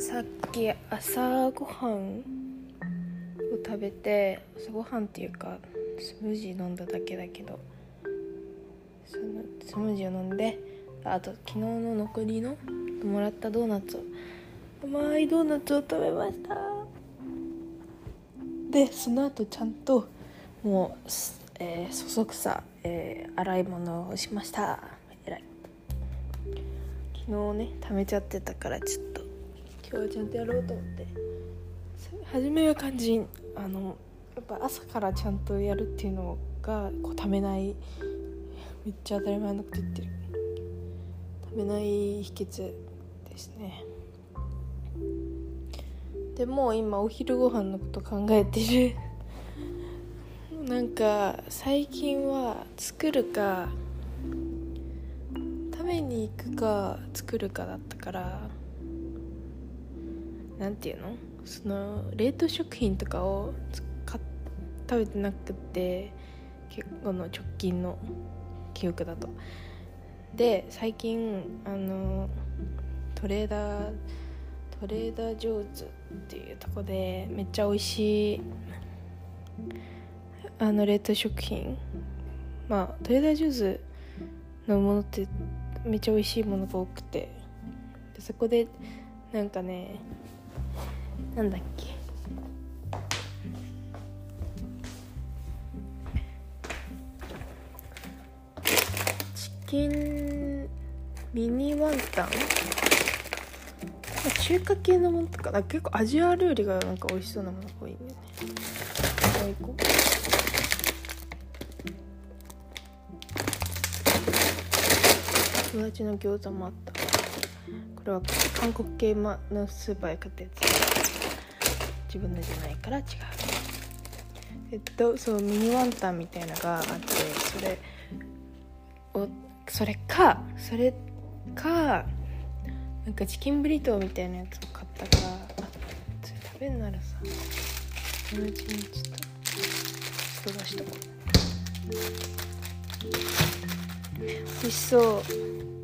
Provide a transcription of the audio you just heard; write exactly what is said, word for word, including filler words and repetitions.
さっき朝ごはんを食べて、朝ごはんっていうかスムージー飲んだだけだけど、そのスムージーを飲んで、あと昨日の残りのもらったドーナツを甘いドーナツを食べました。でその後ちゃんともう、えー、そそくさ、えー、洗い物をしました。えらい。昨日ね溜めちゃってたからちょっと今日はちゃんとやろうと思って。初めは感じあのやっぱ朝からちゃんとやるっていうのがこうためない、めっちゃ当たり前のこと言ってる、ためない秘訣ですね。でも今お昼ご飯のこと考えてるなんか最近は作るか食べに行くか作るかだったから、なんていうの、その冷凍食品とかを買っ食べてなくて、結構の直近の記憶だと。で最近あのトレーダートレーダージョーズっていうとこでめっちゃ美味しいあの冷凍食品、まあトレーダージョーズのものってめっちゃ美味しいものが多くて、でそこでなんかね、なんだっけ、チキンミニワンタン、中華系のものとか、結構アジア料理がなんか美味しそうなものが多いんだよね。行こう。友達の餃子もあった。これは韓国系のスーパーで買ったやつ、自分のじゃないから違う。えっとそうミニワンタンみたいなのがあって、それをそれかそれかなんかチキンブリトーみたいなやつを買ったから、あ、それ食べるならさ、友達にちょっと人出しとこう。美味しそう。